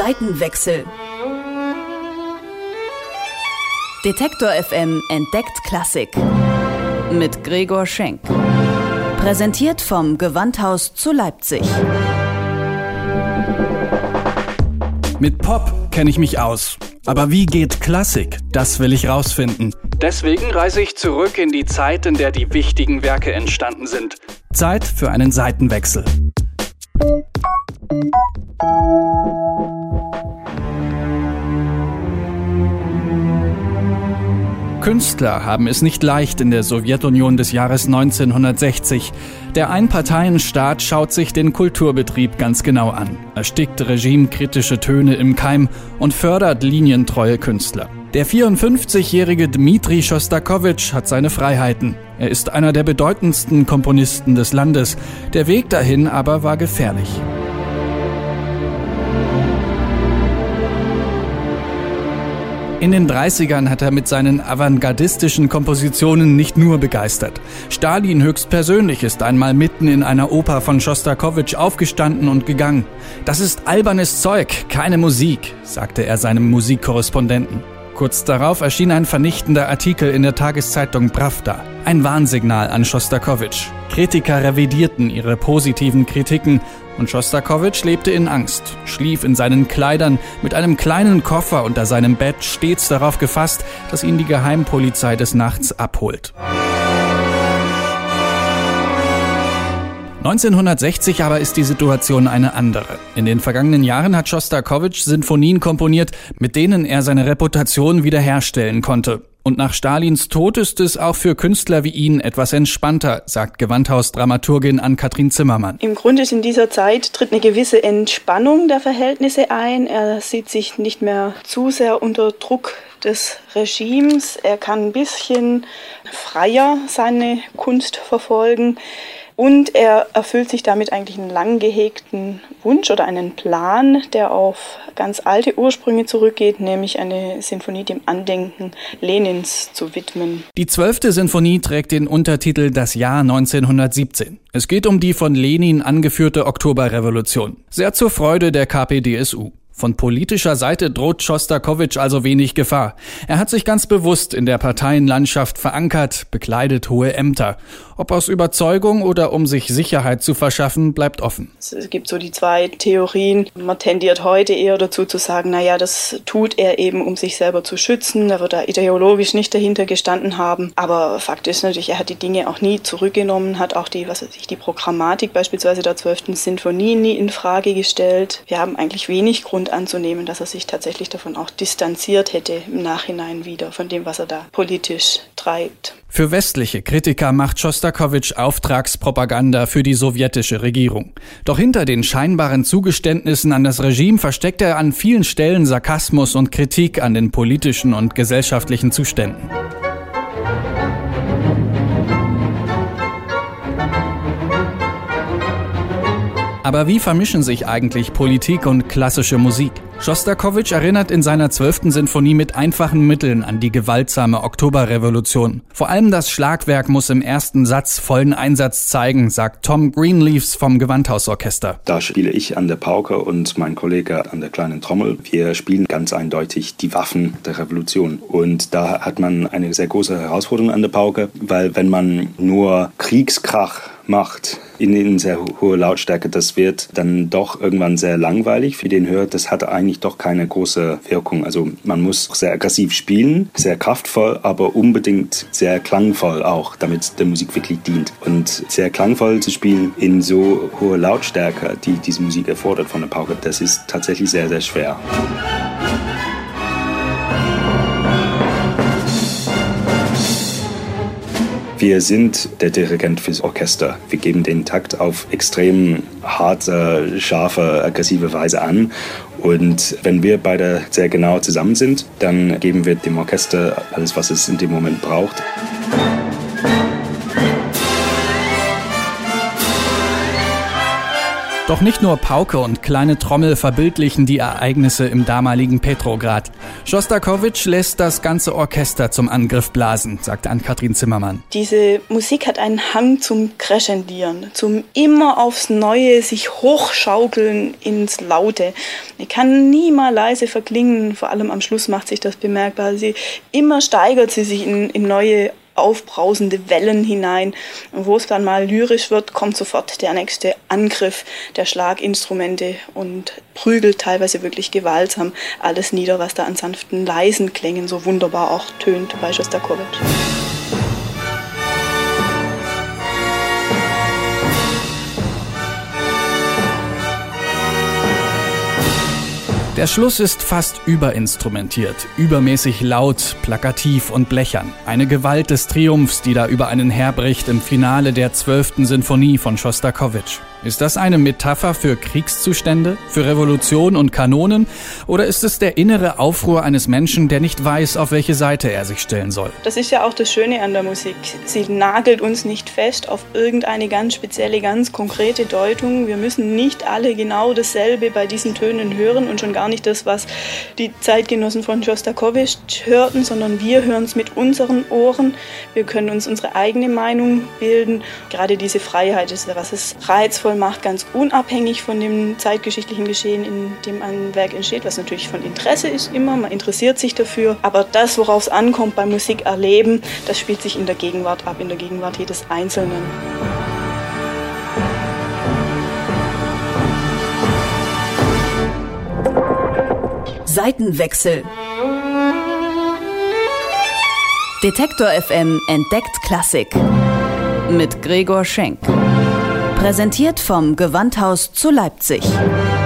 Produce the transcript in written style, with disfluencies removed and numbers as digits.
Seitenwechsel. Detektor FM entdeckt Klassik. Mit Gregor Schenk. Präsentiert vom Gewandhaus zu Leipzig. Mit Pop kenne ich mich aus. Aber wie geht Klassik? Das will ich rausfinden. Deswegen reise ich zurück in die Zeit, in der die wichtigen Werke entstanden sind. Zeit für einen Seitenwechsel. Künstler haben es nicht leicht in der Sowjetunion des Jahres 1960. Der Einparteienstaat schaut sich den Kulturbetrieb ganz genau an, erstickt regimekritische Töne im Keim und fördert linientreue Künstler. Der 54-jährige Dmitri Schostakowitsch hat seine Freiheiten. Er ist einer der bedeutendsten Komponisten des Landes. Der Weg dahin aber war gefährlich. In den 30ern hat er mit seinen avantgardistischen Kompositionen nicht nur begeistert. Stalin höchstpersönlich ist einmal mitten in einer Oper von Schostakowitsch aufgestanden und gegangen. Das ist albernes Zeug, keine Musik, sagte er seinem Musikkorrespondenten. Kurz darauf erschien ein vernichtender Artikel in der Tageszeitung Pravda. Ein Warnsignal an Schostakowitsch. Kritiker revidierten ihre positiven Kritiken und Schostakowitsch lebte in Angst, schlief in seinen Kleidern mit einem kleinen Koffer unter seinem Bett, stets darauf gefasst, dass ihn die Geheimpolizei des Nachts abholt. 1960 aber ist die Situation eine andere. In den vergangenen Jahren hat Schostakowitsch Sinfonien komponiert, mit denen er seine Reputation wiederherstellen konnte. Und nach Stalins Tod ist es auch für Künstler wie ihn etwas entspannter, sagt Gewandhaus-Dramaturgin Ann-Kathrin Zimmermann. Im Grunde ist in dieser Zeit tritt eine gewisse Entspannung der Verhältnisse ein. Er sieht sich nicht mehr zu sehr unter Druck des Regimes. Er kann ein bisschen freier seine Kunst verfolgen. Und er erfüllt sich damit eigentlich einen lang gehegten Wunsch oder einen Plan, der auf ganz alte Ursprünge zurückgeht, nämlich eine Sinfonie dem Andenken Lenins zu widmen. Die 12. Sinfonie trägt den Untertitel Das Jahr 1917. Es geht um die von Lenin angeführte Oktoberrevolution. Sehr zur Freude der KPdSU. Von politischer Seite droht Schostakowitsch also wenig Gefahr. Er hat sich ganz bewusst in der Parteienlandschaft verankert, bekleidet hohe Ämter. Ob aus Überzeugung oder um sich Sicherheit zu verschaffen, bleibt offen. Es gibt so die zwei Theorien. Man tendiert heute eher dazu zu sagen, das tut er eben, um sich selber zu schützen. Da wird er ideologisch nicht dahinter gestanden haben. Aber Fakt ist natürlich, er hat die Dinge auch nie zurückgenommen, hat auch die Programmatik beispielsweise der 12. Sinfonie nie in Frage gestellt. Wir haben eigentlich wenig Grund anzunehmen, dass er sich tatsächlich davon auch distanziert hätte im Nachhinein wieder, von dem, was er da politisch treibt. Für westliche Kritiker macht Schostakowitsch Auftragspropaganda für die sowjetische Regierung. Doch hinter den scheinbaren Zugeständnissen an das Regime versteckt er an vielen Stellen Sarkasmus und Kritik an den politischen und gesellschaftlichen Zuständen. Aber wie vermischen sich eigentlich Politik und klassische Musik? Schostakowitsch erinnert in seiner 12. Sinfonie mit einfachen Mitteln an die gewaltsame Oktoberrevolution. Vor allem das Schlagwerk muss im ersten Satz vollen Einsatz zeigen, sagt Tom Greenleaves vom Gewandhausorchester. Da spiele ich an der Pauke und mein Kollege an der kleinen Trommel. Wir spielen ganz eindeutig die Waffen der Revolution. Und da hat man eine sehr große Herausforderung an der Pauke, weil wenn man nur Kriegskrach macht in sehr hoher Lautstärke, das wird dann doch irgendwann sehr langweilig für den Hörer. Das hat eigentlich doch keine große Wirkung. Also man muss sehr aggressiv spielen, sehr kraftvoll, aber unbedingt sehr klangvoll auch, damit der Musik wirklich dient. Und sehr klangvoll zu spielen in so hoher Lautstärke, die diese Musik erfordert von der Pauke, das ist tatsächlich sehr, sehr schwer. Wir sind der Dirigent fürs Orchester. Wir geben den Takt auf extrem harte, scharfe, aggressive Weise an. Und wenn wir beide sehr genau zusammen sind, dann geben wir dem Orchester alles, was es in dem Moment braucht. Doch nicht nur Pauke und kleine Trommel verbildlichen die Ereignisse im damaligen Petrograd. Schostakowitsch lässt das ganze Orchester zum Angriff blasen, sagt Ann-Kathrin Zimmermann. Diese Musik hat einen Hang zum Crescendieren, zum immer aufs Neue sich hochschaukeln ins Laute. Die kann nie mal leise verklingen, vor allem am Schluss macht sich das bemerkbar. Immer steigert sie sich in neue aufbrausende Wellen hinein. Und wo es dann mal lyrisch wird, kommt sofort der nächste Angriff der Schlaginstrumente und prügelt teilweise wirklich gewaltsam alles nieder, was da an sanften, leisen Klängen so wunderbar auch tönt bei Schostakowitsch. Der Schluss ist fast überinstrumentiert, übermäßig laut, plakativ und blechern. Eine Gewalt des Triumphs, die da über einen herbricht im Finale der 12. Sinfonie von Schostakowitsch. Ist das eine Metapher für Kriegszustände, für Revolution und Kanonen? Oder ist es der innere Aufruhr eines Menschen, der nicht weiß, auf welche Seite er sich stellen soll? Das ist ja auch das Schöne an der Musik. Sie nagelt uns nicht fest auf irgendeine ganz spezielle, ganz konkrete Deutung. Wir müssen nicht alle genau dasselbe bei diesen Tönen hören und schon gar nicht das, was die Zeitgenossen von Schostakowitsch hörten, sondern wir hören es mit unseren Ohren. Wir können uns unsere eigene Meinung bilden. Gerade diese Freiheit ist ja, was es reizvoll macht, ganz unabhängig von dem zeitgeschichtlichen Geschehen, in dem ein Werk entsteht, was natürlich von Interesse ist immer, man interessiert sich dafür, aber das, worauf es ankommt beim Musikerleben, das spielt sich in der Gegenwart ab, in der Gegenwart jedes Einzelnen. Seitenwechsel. Detektor FM entdeckt Klassik. Mit Gregor Schenk. Präsentiert vom Gewandhaus zu Leipzig.